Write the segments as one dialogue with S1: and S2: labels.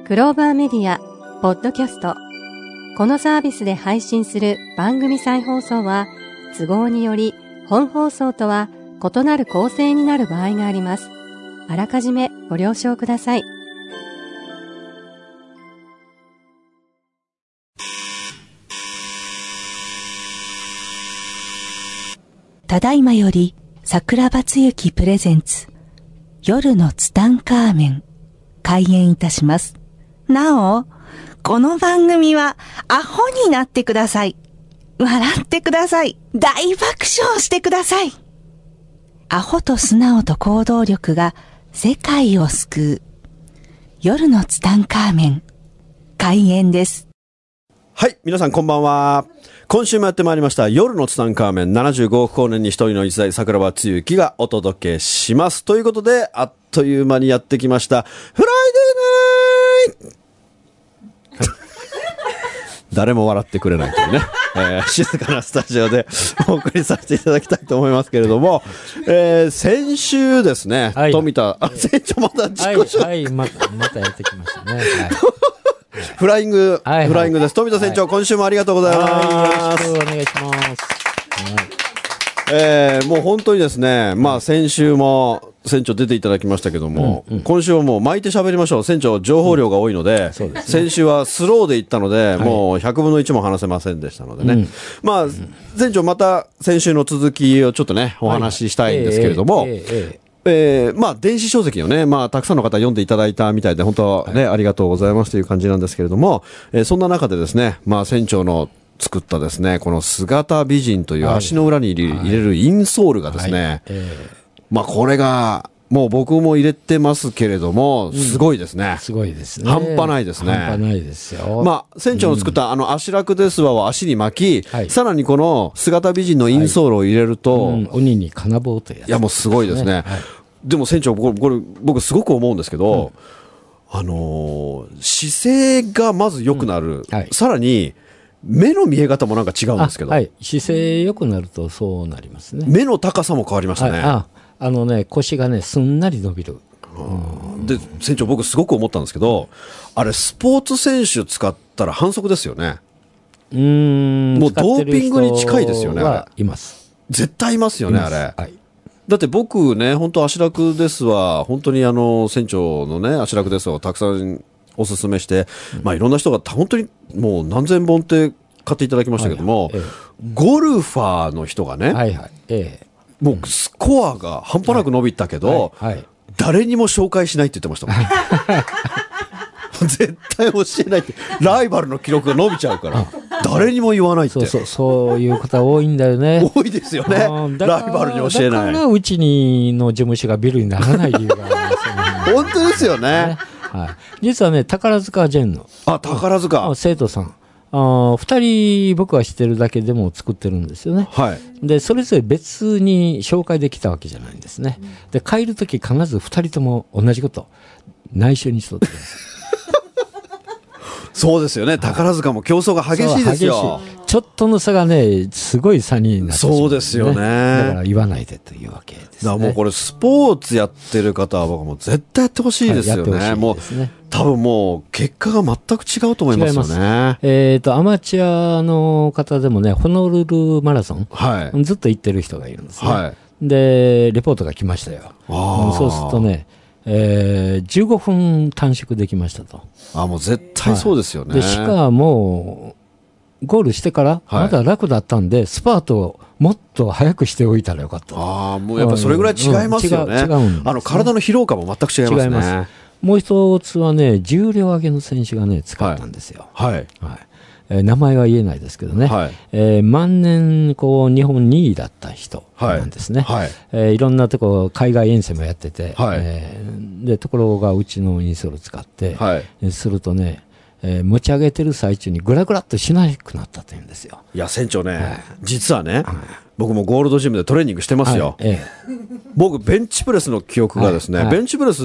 S1: クローバーメディアポッドキャスト、このサービスで配信する番組再放送は都合により本放送とは異なる構成になる場合があります。あらかじめご了承ください。
S2: ただいまより桜庭つゆきプレゼンツ夜のツタンカーメン開演いたします。なお、この番組はアホになってください。笑ってください。大爆笑してください。アホと素直と行動力が世界を救う夜のツタンカーメン開演です。
S3: はい、皆さんこんばんは。今週もやってまいりました夜のツタンカーメン、75億光年に一人の一代桜庭つゆきがお届けします。ということで、あっという間にやってきましたフライデーナイト誰も笑ってくれないというね、静かなスタジオでお送りさせていただきたいと思いますけれども、先週ですね、
S4: はい、
S3: 富田船長また自己紹介、
S4: はい、またやってきましたね、はい
S3: フライング、
S4: はいはい、
S3: フライングです。富田船長、はい、今週もありがとうございます。
S4: よろしくお願いします。
S3: もう本当にですね、まあ先週も船長出ていただきましたけども、今週はもう巻いて喋りましょう。船長情報量が多いので、先週はスローで行ったので、もう100分の1も話せませんでしたのでね。まあ、船長また先週の続きをちょっとね、お話ししたいんですけれども、まあ、電子書籍をね、まあ、たくさんの方読んでいただいたみたいで、本当ね、ありがとうございますという感じなんですけれども、そんな中でですね、まあ、船長の作ったですね、この姿美人という足の裏に入れるインソールがですね、まあ、これが、もう僕も入れてますけれども、すごいですね。
S4: すごいですね。
S3: 半端ないですね。
S4: 半端ないですよ。
S3: まあ、船長の作った足楽ですわを足に巻き、さらにこの姿美人のインソールを入れると、
S4: 鬼に金棒というやつ。
S3: いや、もうすごいですね。でも船長、これ僕すごく思うんですけど、姿勢がまず良くなる。さらに、目の見え方もなんか違うんですけど。
S4: はい。姿勢良くなるとそうなりますね。
S3: 目の高さも変わりましたね。
S4: 腰がね、すんなり伸びる。
S3: で、船長僕すごく思ったんですけど、あれスポーツ選手使ったら反則ですよね。もうドーピングに近いですよね。
S4: います。
S3: 絶対いますよね、あれ。
S4: はい。
S3: だって僕ね、本当足楽ですわ、本当に船長のね、足楽ですわをたくさんおすすめして、まあいろんな人が本当にもう何千本って買っていただきましたけども、ゴルファーの人がね、もうスコアが半端なく伸びたけど、誰にも紹介しないって言ってましたもん。絶対教えないって、ライバルの記録が伸びちゃうから、誰にも言わないって。
S4: そういう方多いんだよね。
S3: 多いですよね。ライバルに教えない。
S4: だからうちの事務所がビルにならない理由があるんですよね。
S3: 本当ですよね。
S4: 実はね、宝塚ジェンの。
S3: 宝塚。
S4: 生徒さん。2人僕は知ってるだけでも作ってるんですよね。で、それぞれ別に紹介できたわけじゃないんですね。で、帰るとき必ず2人とも同じこと、内緒にしとってください。
S3: そうですよね。宝塚も競争が激しいですよ。
S4: ちょっとの差がね、すごい差になってしまう、
S3: そうですよね。だ
S4: から言わないでというわけですね。
S3: もうこれスポーツやってる方は僕も絶対やってほしいですよね。もう多分もう結果が全く違うと思いますよね。
S4: アマチュアの方でもね、ホノルルマラソン、ずっと行ってる人がいるんですね。で、レポートが来ましたよ。そうするとね、15分短縮できましたと。
S3: もう絶対そうですよね。
S4: で、しかも、ゴールしてからまだ楽だったんで、スパートをもっと早くしておいたらよかった。
S3: もうやっぱそれぐらい違いますよね。体の疲労感も全く違いますね。違います。
S4: もう一つはね、重量上げの選手がね、使ったんですよ。名前は言えないですけどね、万年日本2位だった人なんですね。いろんなとこ海外遠征もやってて、でところがうちのインソール使って、するとね、持ち上げてる最中にグラグラっとしなくなったというんですよ。
S3: いや船長ね、実はね、僕もゴールドジムでトレーニングしてますよ。僕ベンチプレスの記憶がですね、ベンチプレスって、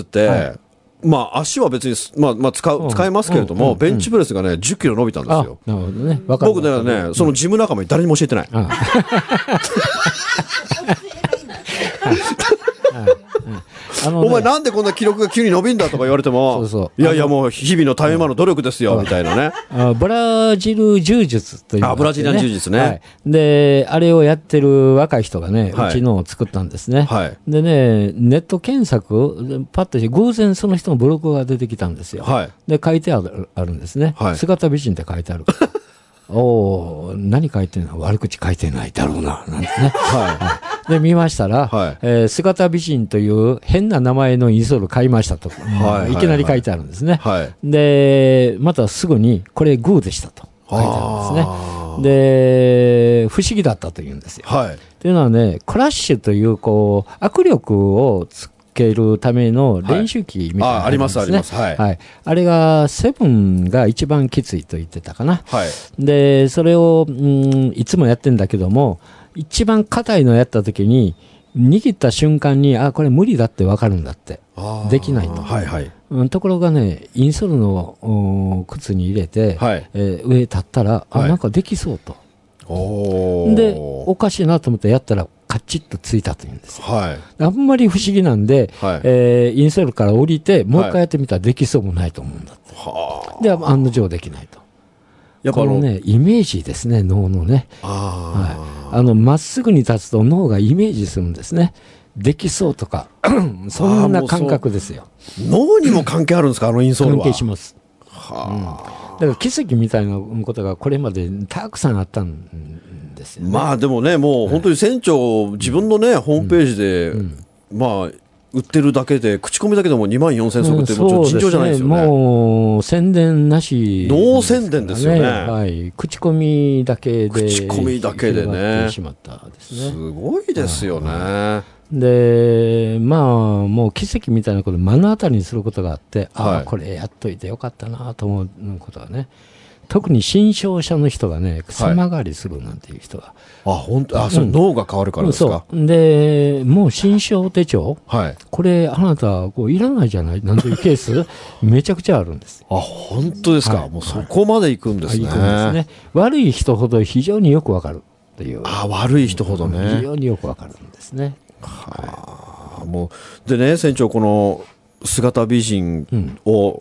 S3: まあ足は別に、使えますけれども、ベンチプレスがね、10キロ伸びたんですよ。
S4: なるほどね。
S3: 僕ね、そのジム仲間に誰にも教えてない。お前なんでこんな記録が急に伸びんだとか言われても、いやいやもう日々のため間の努力ですよみたいなね。
S4: ブラジル柔術という、
S3: ブラジリアン柔術ね。
S4: で、あれをやってる若い人がね、うちのを作ったんですね。でね、ネット検索、パッとして偶然その人のブログが出てきたんですよ。で、書いてあるんですね。姿美人って書いてある。おー、何書いてんの？悪口書いてないだろうな、なんてね。で、見ましたら、姿美人という変な名前のインソール買いましたと。いきなり書いてあるんですね。で、またすぐに、これグーでしたと書いてあるんですね。で、不思議だったというんですよ。というのはね、クラッシュという、こう、握力をつけるための練習機みたいなのがありますね。あります、あります。あれが、セブンが一番きついと言ってたかな。で、それを、いつもやってんだけども、一番硬いのをやった時に、握った瞬間に、これ無理だって分かるんだって。できないと。ところがね、インソールの靴に入れて、上立ったら、なんかできそうと。で、おかしいなと思ってやったら、カチッとついたというんですよ。あんまり不思議なんで、インソールから降りて、もう一回やってみたらできそうもないと思うんだって。で、案の定できないと。このね、イメージですね、脳のね。まっすぐに立つと脳がイメージするんですね。できそうとか、そんな感覚ですよ。
S3: 脳にも関係あるんですか、インソールは。
S4: 関係します。だから奇跡みたいなことがこれまでたくさんあったんですよね。
S3: まあでもね、もう本当に船長、自分のね、ホームページで、まあ、売ってるだけで、口コミだけでも24000足って、もちろん尋常じゃないですよね。
S4: もう宣伝なし、
S3: ノー宣伝ですよね。
S4: 口コミだけで、
S3: 口コミだけでね、
S4: しまったですね。
S3: すごいですよね。
S4: で、まあ、もう奇跡みたいなことを目の当たりにすることがあって、これやっといてよかったなと思うことがね。特に新商社の人がね、様変わりするなんていう人が。
S3: 本当、それ脳が変わるからですか。
S4: で、もう新商手帳、これあなたこういらないじゃないなんていうケース、めちゃくちゃあるんです。
S3: 本当ですか。もうそこまで行くんですね。行くんですね。
S4: 悪い人ほど非常によくわかるという。
S3: 悪い人ほどね。
S4: 非常によくわかるんですね。
S3: もうでね、船長、この姿美人を、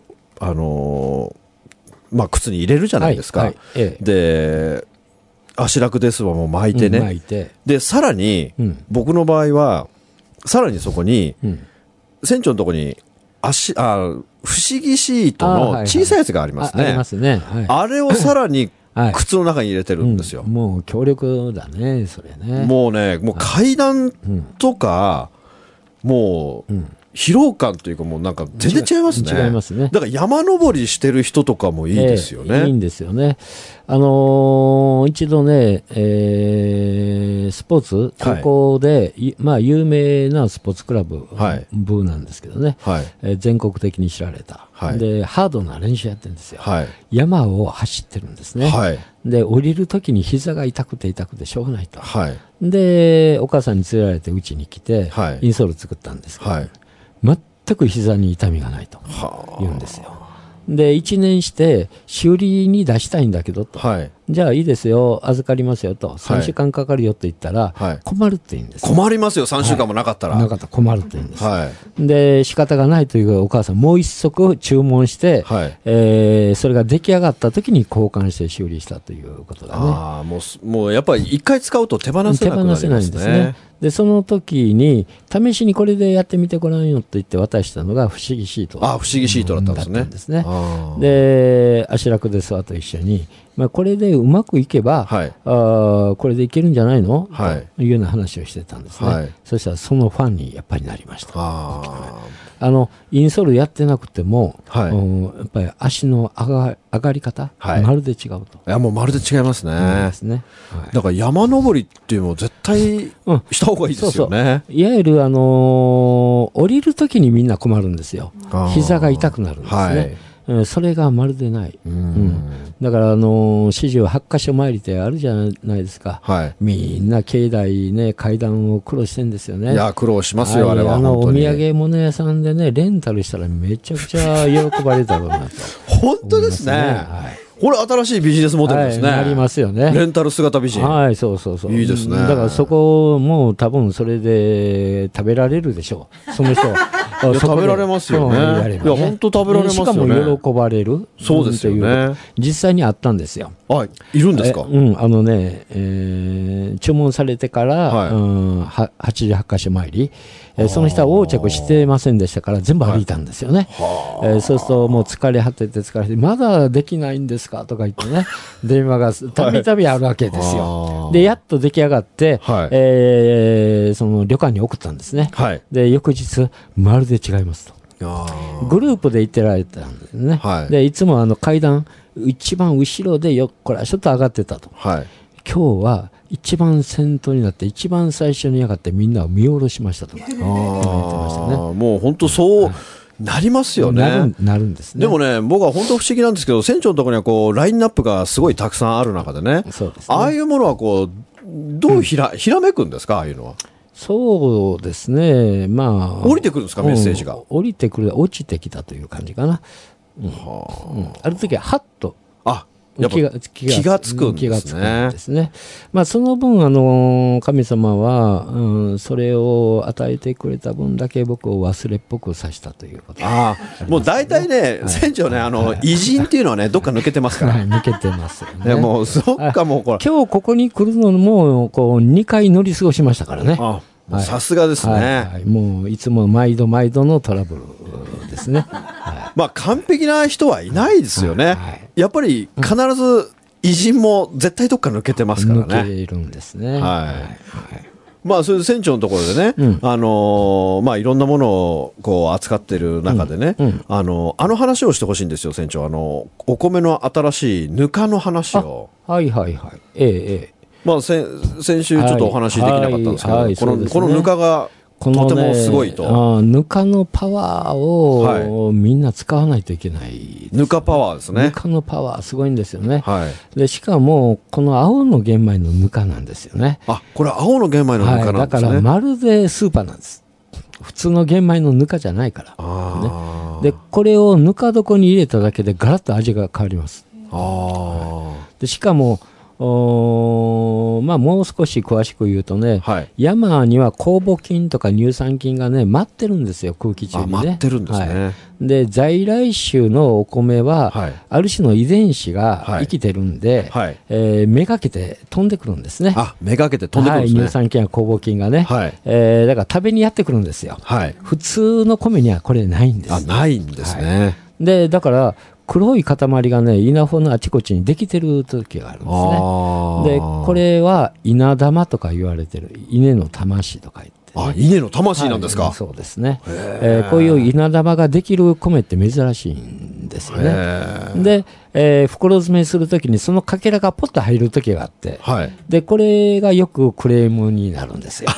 S3: まあ、靴に入れるじゃないですか。で、足楽ですわも巻いてね。で、さらに、僕の場合は、さらにそこに、船長のとこに、不思議シートの小さいやつがありますね。
S4: ありますね。
S3: あれをさらに、靴の中に入れてるんですよ。
S4: もう強力だね、それね。
S3: もうね、もう階段とか、もう、疲労感というか、もうなんか全然違いますね。
S4: 違いますね。
S3: だから山登りしてる人とかもいいですよね。
S4: いいんですよね。一度ね、スポーツ、ここで、まあ、有名なスポーツクラブ、部なんですけどね、全国的に知られた。で、ハードな練習やってるんですよ。山を走ってるんですね。で、降りるときに膝が痛くてしょうがないと。で、お母さんに連れられてうちに来て、インソール作ったんですけど、全く膝に痛みがないと言うんですよ。で、1年して修理に出したいんだけどと、じゃあいいですよ、預かりますよと、3週間かかるよって言ったら、困るって言うんです。
S3: 困りますよ、3週間もなかったら。
S4: なかったら困るって言うんです。で、仕方がないというお母さん、もう一足注文して、それが出来上がった時に交換して修理したということだね。
S3: もうやっぱり一回使うと手放せなくなりますね。手放せないんですね。
S4: で、その時に、試しにこれでやってみてごらんよと言って渡したのが不思議シート。
S3: 不思議シートだったんですね。
S4: で、足楽ですわと一緒に、まあ、これでうまくいけば、これでいけるんじゃないの、というような話をしてたんですね。そしたらそのファンにやっぱりなりました。インソールやってなくても、やっぱり足の上がり方、まるで違うと。
S3: いや、もうまるで違いますね。だから山登りっていうのを絶対した方がいいですよね。
S4: いわゆる、降りるときにみんな困るんですよ。膝が痛くなるんですね。それがまるでない。だから、四十八箇所参りってあるじゃないですか。みんな境内ね、階段を苦労してんですよね。
S3: いや、苦労しますよ、あれは。
S4: お土産物屋さんでね、レンタルしたらめちゃくちゃ喜ばれるだろうなと。
S3: 本当ですね。これ新しいビジネスモデルですね。
S4: ありますよね。
S3: レンタル姿美人。
S4: そう。
S3: いいですね。
S4: だからそこも多分それで食べられるでしょう。その人。
S3: 食べられますよね。いや、本当食べられますよね。
S4: しかも喜ばれる。
S3: そうですよね。
S4: 実際にあったんですよ。
S3: いるんですか？
S4: 注文されてから、88カ所参り、その人は横着してませんでしたから全部歩いたんですよね。そうするともう疲れ果ててまだできないんですかとか言ってね、電話がたびたびあるわけですよ。でやっと出来上がって、その旅館に送ったんですね。で翌日まるで違いますと。グループで行ってられたんですね。でいつも階段一番後ろでよっこらちょっと上がってたと。今日は一番先頭になって一番最初に上がってみんなを見下ろしましたと言ってましたね。
S3: もう本当そうなりますよね。
S4: なるんですね。
S3: でもね、僕は本当不思議なんですけど、船長のところにはこうラインナップがすごいたくさんある中でね、ああいうものはこうどうひらめくんですか、ああいうのは。
S4: そうですね、
S3: 降りてくるんですか、メッセージが。
S4: 降りてくる、落ちてきたという感じかな。ある時ははっと気
S3: がつくんですね。
S4: その分神様は、それを与えてくれた分だけ僕を忘れっぽくさせたということ。
S3: もう大体ね、船長ね、偉人っていうのはね、どっか抜けてますから。
S4: 抜けてますよね。
S3: もうそっか、もうこれ
S4: 今日ここに来るのもこう2回乗り過ごしましたからね。
S3: さすがですね。
S4: もういつも毎度毎度のトラブルですね。
S3: 完璧な人はいないですよね。やっぱり必ず偉人も絶対どっか抜けてますからね。
S4: 抜けるんですね。
S3: それで船長のところでね、いろんなものをこう扱ってる中でね、あの話をしてほしいんですよ、船長。お米の新しいぬかの話を。先週ちょっとお話できなかったんですけど、このぬかがとてもすごいと。
S4: ぬかのパワーをみんな使わないといけない。
S3: ぬかパワーですね。
S4: ぬかのパワーすごいんですよね。でしかもこの青の玄米のぬかなんですよね。
S3: これ青の玄米のぬかなんですね。
S4: だからまるでスーパーなんです。普通の玄米のぬかじゃないから、でこれをぬか床に入れただけでガラッと味が変わります。でしかももう少し詳しく言うとね、山には酵母菌とか乳酸菌がね待ってるんですよ、空気中にね。
S3: 待ってるんですね。
S4: で在来種のお米は、ある種の遺伝子が生きてるんで、めがけて飛んでくるんですね。
S3: めがけて飛んでくるんですね。
S4: 乳酸菌や酵母菌がね、だから食べにやってくるんですよ。普通の米にはこれないんです。
S3: ないんですね。
S4: でだから黒い塊がね稲穂のあちこちにできてる時があるんですね。でこれは稲玉とか言われてる、稲の魂とか言って、
S3: 稲の魂なんですか。
S4: そうですね。こういう稲玉ができる米って珍しいんですよね。で、袋詰めするときにそのかけらがポッと入る時があって、でこれがよくクレームになるんですよ。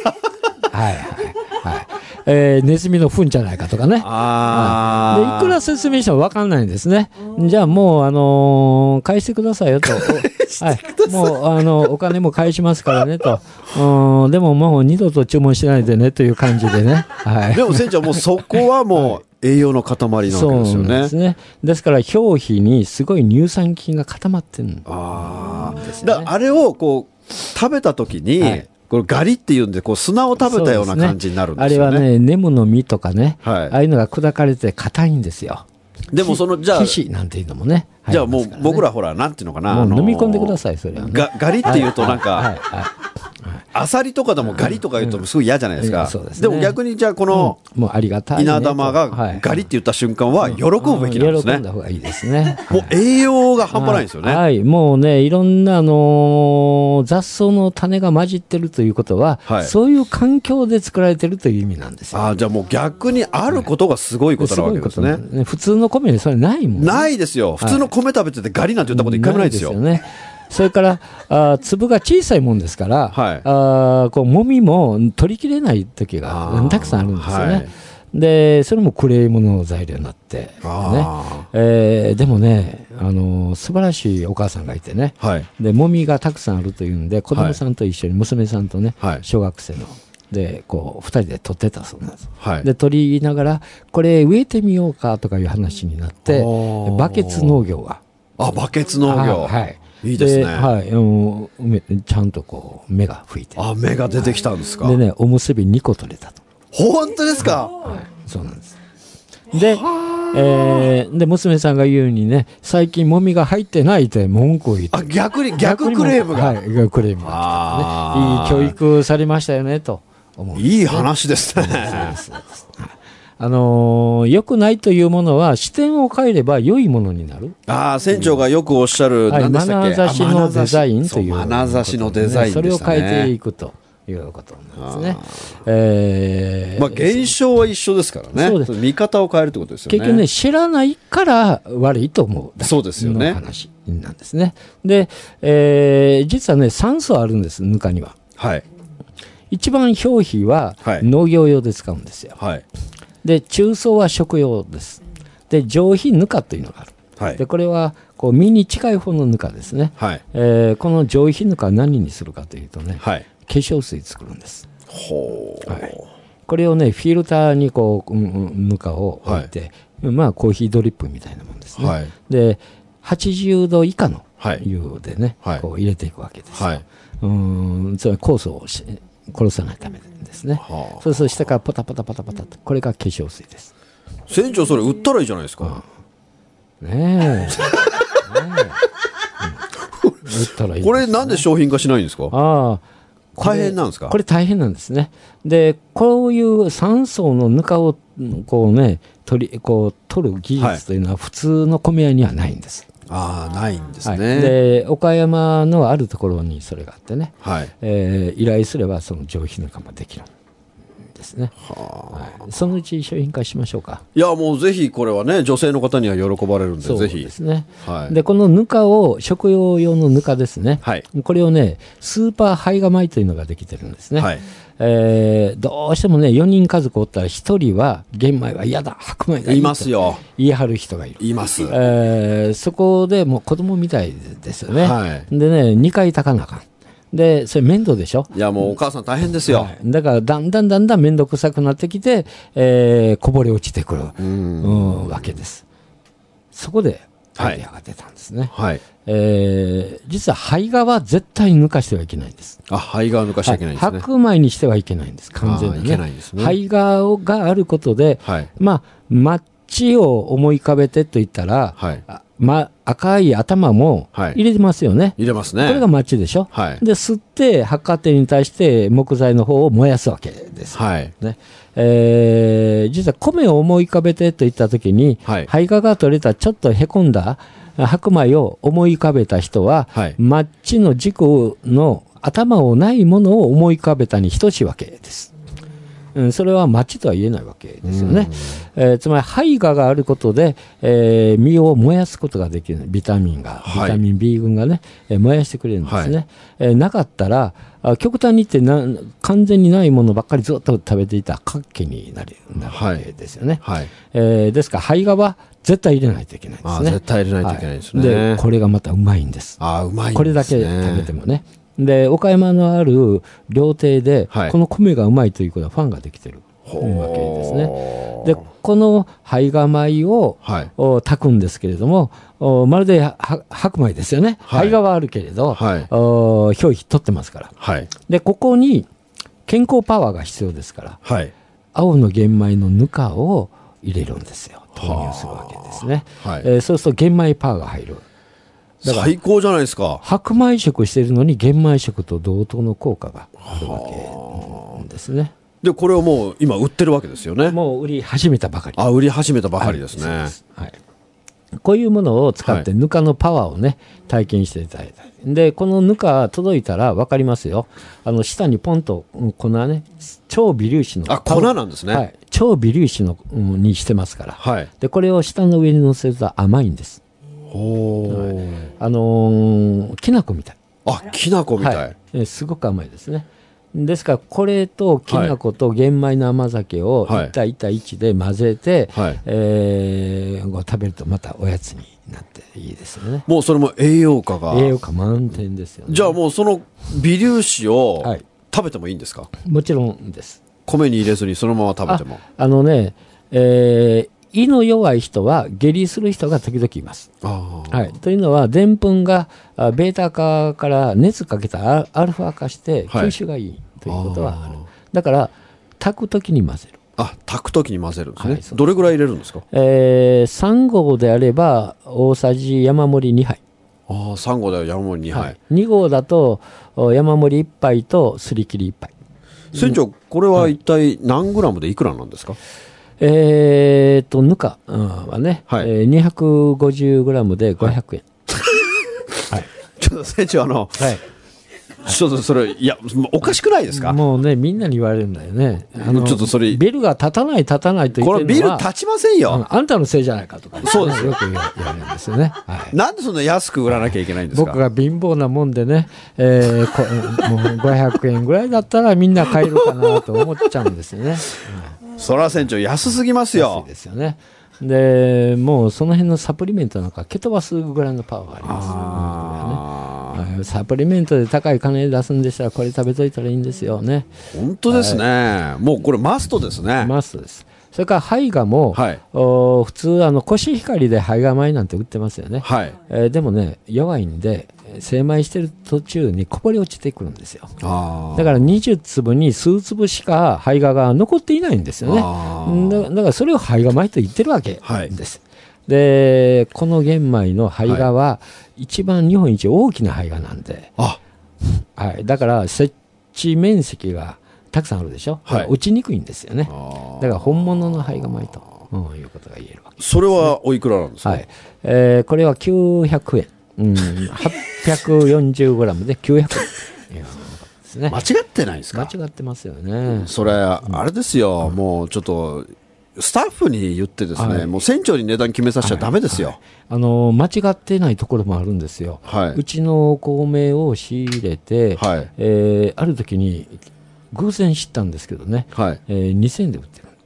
S4: ネズミの糞じゃないかとかね。でいくら説明しても分かんないんですね。じゃあもう、返してくださいよと。もうお金も返しますからねと。でももう二度と注文しないでねという感じでね。
S3: でも船長、もうそこはもう栄養の塊なわけですよね。
S4: そうなんですね。ですから表皮にすごい乳酸菌が固まってるんですね。
S3: あれをこう食べた時に、これガリっていうんでこう砂を食べたような感じになるんですよね。
S4: あれはね、ネムの実とかね、ああいうのが砕かれて硬いんですよ。
S3: でもじゃあ
S4: 皮脂なんていうのもね。
S3: じゃあもう僕らほらなんていうのかな、
S4: 飲み込んでくださいそれはね。
S3: ガリっていうとなんかアサリとかでもガリとか言うとすごい嫌じゃないですか。でも逆にじゃあこの稲玉がガリって言った瞬間は喜ぶべきなんですね。
S4: 喜んだ方がいいですね。
S3: もう栄養が半端ないんですよね。
S4: もうねいろんな雑草の種が混じってるということは、そういう環境で作られてるという意味なんですよ。
S3: じゃあもう逆にあることがすごいことなわけですね。
S4: 普通の米にそれないもん。
S3: ないですよ。普通の米食べててガリなんて言ったこと一回もないですよ。
S4: それから粒が小さいもんですから、こうもみも取りきれない時がたくさんあるんですよね。でそれもクレームの材料になってね。でもね素晴らしいお母さんがいてね、でもみがたくさんあるというんで子供さんと一緒に娘さんとね、小学生のでこう2人で取ってたそうなんです。で取りながらこれ植えてみようかとかいう話になってバケツ農業が
S3: バケツ農業いいですね。
S4: ちゃんとこう芽が吹いて
S3: 芽が出てきたんですか。
S4: でねおむすび2個取れたと。
S3: 本当ですか。
S4: そうなんです。で、娘さんが言うにね、最近もみが入ってないって文句を言って。
S3: 逆クレームが。
S4: はい、クレームが、ね。いい教育されましたよね、と思う、ね。
S3: いい話ですね。
S4: 良くないというものは視点を変えれば良いものになる。
S3: 船長がよくおっしゃる、何でしたっけ、
S4: 眼差しのデザインという、
S3: 眼差しのデザインでしたね。
S4: それを変えていくということなんですね。
S3: 現象は一緒ですからね。そうです。見方を変えるってことですよね。
S4: 結局ね、知らないから悪いと思う。
S3: そうですよね。
S4: 話なんですね。で、実はね、3層あるんです、ぬかには。
S3: はい。
S4: 一番表皮は農業用で使うんですよ。はい。で、中層は食用です。で、上皮ぬかというのがある。はい、で、これはこう実に近い方のぬかですね。はい。この上皮ぬかは何にするかというとね、はい、化粧水作るんです。ほう。はい。これをね、フィルターにこう、ぬかを置いて、はい、まあコーヒードリップみたいなもんですね。はい。で、80度以下の湯でね、はい、こう入れていくわけです。はい。つまり酵素を殺さないためですね。はあ、そうすると下からポタポタポタポタと、これが化粧水です。
S3: 船長、それ売ったらいいじゃないですか。
S4: ねえ。売ったらいい、ね。
S3: これなんで商品化しないんですか。大変なんですか。
S4: これ大変なんですね。で、こういう3層のぬかをこうね取る技術というのは普通の米屋にはないんです。
S3: ないんですね。
S4: はい、で、岡山のあるところにそれがあってね、はい、依頼すればその上皮ぬかもできるんですね。はい、そのうち商品化しましょうか。
S3: いや、もうぜひこれはね、女性の方には喜ばれるんで、ぜひ。
S4: ですね。はい、で、このぬかを、食用用のぬかですね、はい、これをね、スーパー胚芽米というのができてるんですね。はい、どうしてもね、4人家族おったら1人は玄米は嫌だ、白米がいいと
S3: いますよ、
S4: 言い張る人がいる。
S3: います。
S4: そこでもう子供みたいですよね。はい、でね、2回炊かなあかん。で、それ面倒でしょ。
S3: いや、もうお母さん大変ですよ。はい、
S4: だからだんだん面倒くさくなってきて、こぼれ落ちてくるわけです。そこでアイデアが出たんですね。はい。実は胚芽は絶対に抜かしてはいけないんです。
S3: 胚芽は抜かしちゃいけないんですね。
S4: 白米にしてはいけないんです、完全にね。
S3: いけないんですね。
S4: 胚芽があることで、はい、まあ、マッチを思い浮かべてと言ったら、はい、赤い頭も入れてますよね。はい、
S3: 入れますね。
S4: これがマッチでしょ。はい、で、吸って発火点に対して木材の方を燃やすわけです。はい、ね。実は米を思い浮かべてといったときに、はい、胚芽が取れたちょっとへこんだ白米を思い浮かべた人は、はい、マッチの軸の頭をないものを思い浮かべたに等しいわけです。それはマッチとは言えないわけですよね。つまり胚芽があることで、実を燃やすことができる。ビタミン B 群がね、燃やしてくれるんですね。はい、なかったら極端に言って完全にないものばっかりずっと食べていたら活気になるわけですよね。はいはい、ですから胚芽は絶対入れないといけないんですね。
S3: 絶対入れないといけないですね。
S4: で、これがまたうまいんです。
S3: うまいんですね。
S4: これだけ食べてもね。で、岡山のある料亭で、はい、この米がうまいということはファンができてるわけですね。で、この胚芽米を、はい、炊くんですけれども、まるで白米ですよね。はい、胚芽はあるけれど、はい、表皮取ってますから。はい、で、ここに健康パワーが必要ですから、はい、青の玄米のぬかを入れるんですよ。投入するわけですね。はい、そうすると玄米パワーが入る。
S3: 最高じゃないですか。
S4: 白米食しているのに玄米食と同等の効果があるわけですね。
S3: で、これをもう今売ってるわけですよね。
S4: もう売り始めたばかり。
S3: 売り始めたばかりですね。
S4: はい、こういうものを使ってぬかのパワーをね、体験していただいた。で、このぬか届いたら分かりますよ。下にポンと粉ね、超微粒子の。
S3: 粉なんですね。
S4: はい、超微粒子のにしてますから。はい、で、これを下の上に乗せると甘いんです。きな粉みたい。
S3: きな粉みたい、
S4: はい、すごく甘いですね。ですからこれときな粉と玄米の甘酒を1対1対1で混ぜて、はい、食べるとまたおやつになっていいですよね。
S3: もうそれも栄養価
S4: 満点ですよね。
S3: じゃあもうその微粒子を食べてもいいんですか。
S4: もちろんです。
S3: 米に入れずにそのまま食べても。
S4: 胃の弱い人は下痢する人が時々います。はい、というのはでんぷんがベータ化から熱かけたアルファ化して吸収がいいということはある。だから炊くときに混ぜる。
S3: 炊くときに混ぜるんですね。どれぐらい入れるんですか
S4: ？3合であれば大さじ山盛り2杯。
S3: 3合では山盛り2杯。
S4: 2合だと山盛り1杯とすり切り1杯。
S3: 船長、これは一体何グラムでいくらなんですか？
S4: ぬかはね、250グラムで500円。
S3: ちょっと船長、ちょっとそれ、いや、おかしくないですか？
S4: もうね、みんなに言われるんだよね。
S3: ちょっとそれ、
S4: ビルが立たないと言ってるのは、
S3: これビル立ちませんよ。
S4: あんたのせいじゃないかとか、
S3: そうです
S4: よく言われるんですよね。
S3: なんでそんな安く売らなきゃいけないんですか？
S4: 僕が貧乏なもんでね、もう500円ぐらいだったらみんな買えるかなと思っちゃうんですよね。
S3: そら船長、安すぎますよ。
S4: 安いですよね。で、もうその辺のサプリメントなんか蹴飛ばすぐらいのパワーがあります。サプリメントで高い金出すんでしたらこれ食べといたらいいんですよね。
S3: 本当ですね。もうこれマストですね。
S4: マストです。それから胚芽も、普通コシヒカリで胚芽米なんて売ってますよね。でもね、弱いんで精米してる途中にこぼれ落ちてくるんですよ。だから20粒に数粒しか胚芽が残っていないんですよね。だからそれを胚芽米と言ってるわけです。でこの玄米の胚芽は一番日本一大きな胚芽なんで、だから接地面積がたくさんあるでしょ、落ちにくいんですよね。だから本物の胚芽米と、いうことが言えるわけです、ね。そ
S3: れはおいくらなんですか？
S4: これは900円、840グラムで900円ですね。
S3: 間違ってないですか？
S4: 間違ってますよね。
S3: それあれですよ、もうちょっとスタッフに言ってですね、もう船長に値段決めさせちゃダメですよ。
S4: 間違ってないところもあるんですよ。うちの米を仕入れて、ある時に偶然知ったんですけどね、2000円で売ってる。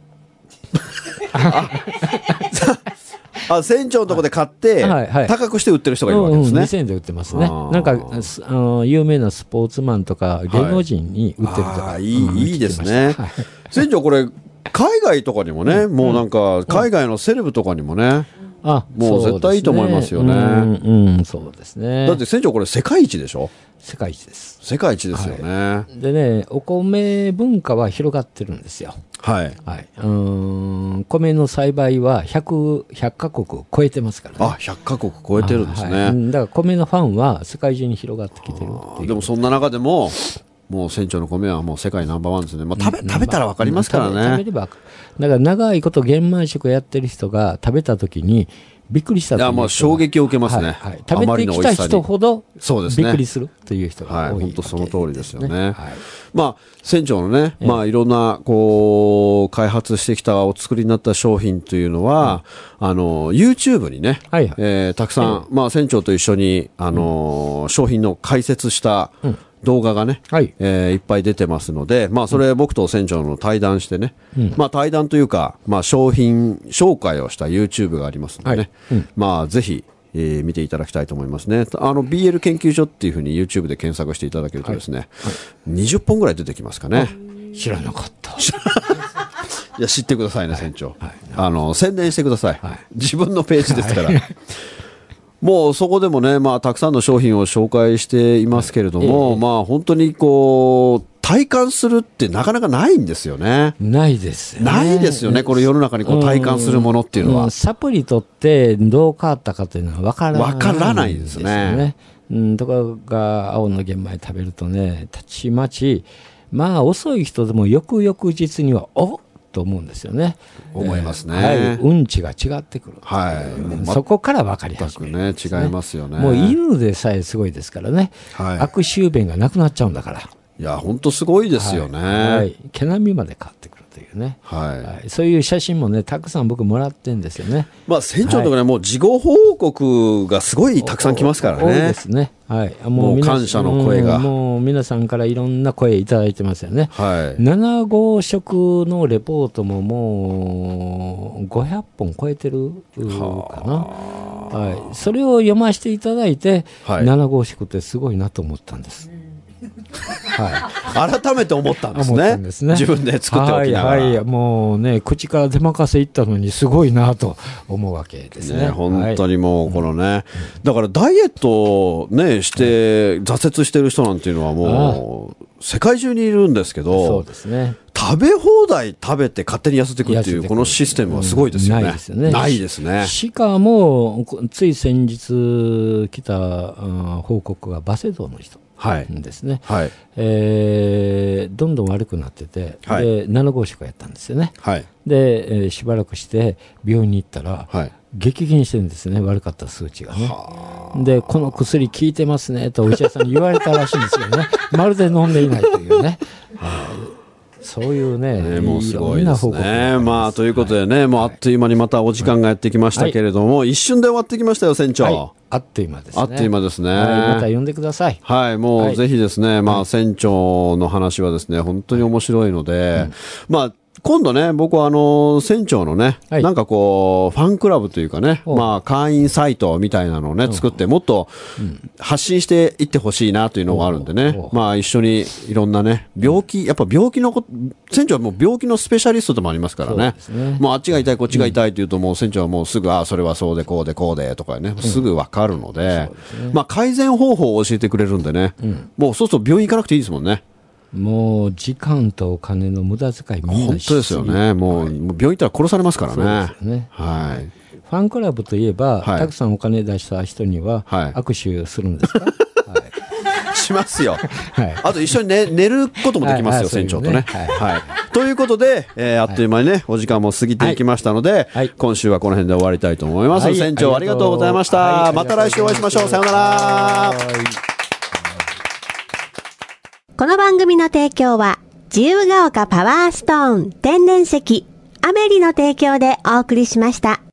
S3: 船長のところで買って高くして売ってる人がいるわけですね。
S4: 2000円で売ってますね。なんか有名なスポーツマンとか芸能人に売ってるとか、
S3: いいですね。船長、これ海外とかにもね、もうなんか海外のセレブとかにもね、もう絶対いいと思いますよね。
S4: そうですね。
S3: だって船長、これ世界一でしょ？
S4: 世界一です。
S3: 世界一ですよね。
S4: でね、お米文化は広がってるんですよ。米の栽培は100カ国を超えてますからね。
S3: 100カ国超えてるんですね。
S4: だから米のファンは世界中に広がってきてるっていう。
S3: でもそんな中でももう船長の米はもう世界ナンバーワンですね。食べたら分かりますからね。
S4: 食べれば。だから長いこと玄米食やってる人が食べた時にびっくりしたという。
S3: いや、もう衝撃を受けますね。
S4: 食べてきた人ほどびっくりするという人が多い。
S3: 本当その通りですよね。船長のね、いろんなこう開発してきたお作りになった商品というのは、YouTube にね、たくさん、船長と一緒に商品の解説した動画がね、いっぱい出てますので、それ僕と船長の対談してね、対談というか、商品紹介をした YouTube がありますのでね、ぜひ見ていただきたいと思いますね。BL 研究所っていうふうに YouTube で検索していただけるとですね、20本ぐらい出てきますかね。
S4: 知らなかった。
S3: いや、知ってくださいね、船長。宣伝してください。自分のページですから。もうそこでもね、たくさんの商品を紹介していますけれども、本当にこう体感するってなかなかないんですよね。
S4: ないですよね。
S3: ないですよね。これ世の中にこう体感するものっていうのは、
S4: サプリとってどう変わったかというのは分からないですね。とかが青の玄米食べるとね、たちまち遅い人でも翌々日にはと思うんですよね。
S3: 思いますね。
S4: うんちが違ってくる。そこから分かり始める、
S3: ね。違いますよね。
S4: もう犬でさえすごいですからね。悪臭便がなくなっちゃうんだから。
S3: いや、本当すごいですよね。
S4: 毛並みまで変わってくるというね。そういう写真もね、たくさん僕もらってんですよね。
S3: 船長のところにもう事後報告がすごいたくさん来ますからね。
S4: 多いですね。
S3: もう感謝の声が。
S4: もう皆さんからいろんな声いただいてますよね。7号食のレポートももう500本超えてるかな。それを読ませていただいて、7号食ってすごいなと思ったんです。
S3: 改めて思ったんですね。自分で作っておきながら。
S4: もうね、口から出任せいったのにすごいなと思うわけですね。
S3: 本当にもうこのね、だからダイエットねして挫折してる人なんていうのはもう世界中にいるんですけど、 食べ放題食べて勝手に痩せていくっていうこのシステムはすごいですよね。
S4: ないですよね。
S3: ないですね。
S4: しかもつい先日来た報告がバセドウの人ですね、はいどんどん悪くなってて、はい、で7号食やったんですよね、はいでしばらくして病院に行ったら、はい、激減してるんですね、悪かった数値がね。でこの薬効いてますねとお医者さんに言われたらしいんですよねまるで飲んでいないというねそういうね、
S3: もうすごいですね。まあ、ということでね、もうあっという間にまたお時間がやってきましたけれども、一瞬で終わってきましたよ、船長。はい、
S4: あっという間ですね。
S3: あっという間ですね。
S4: また呼んでください。
S3: はい、もうぜひですね、まあ、船長の話はですね、本当に面白いので、まあ、今度ね、僕は船長のね、なんかこう、ファンクラブというかね、まあ、会員サイトみたいなのをね、作って、もっと発信していってほしいなというのがあるんでね、まあ、一緒にいろんなね、病気、やっぱ病気の船長はもう病気のスペシャリストでもありますからね、もうあっちが痛い、こっちが痛いっていうと、もう船長はもうすぐ、それはそうで、こうで、こうでとかね、すぐわかるので、まあ、改善方法を教えてくれるんでね、もうそうすると病院行かなくていいですもんね。
S4: もう時間とお金の無駄遣いみんな
S3: 本当ですよね。もう病院行ったら殺されますからね。
S4: そうですね。
S3: はい。
S4: ファンクラブといえば、たくさんお金出した人には握手するんですか？はい。
S3: しますよ。はい。あと一緒に寝ることもできますよ、船長とね。はい。ということで、あっという間にね、お時間も過ぎていきましたので、今週はこの辺で終わりたいと思います。船長ありがとうございました。また来週お会いしましょう。さようなら。
S5: この番組の提供は、自由が丘パワーストーン天然石、アメリの提供でお送りしました。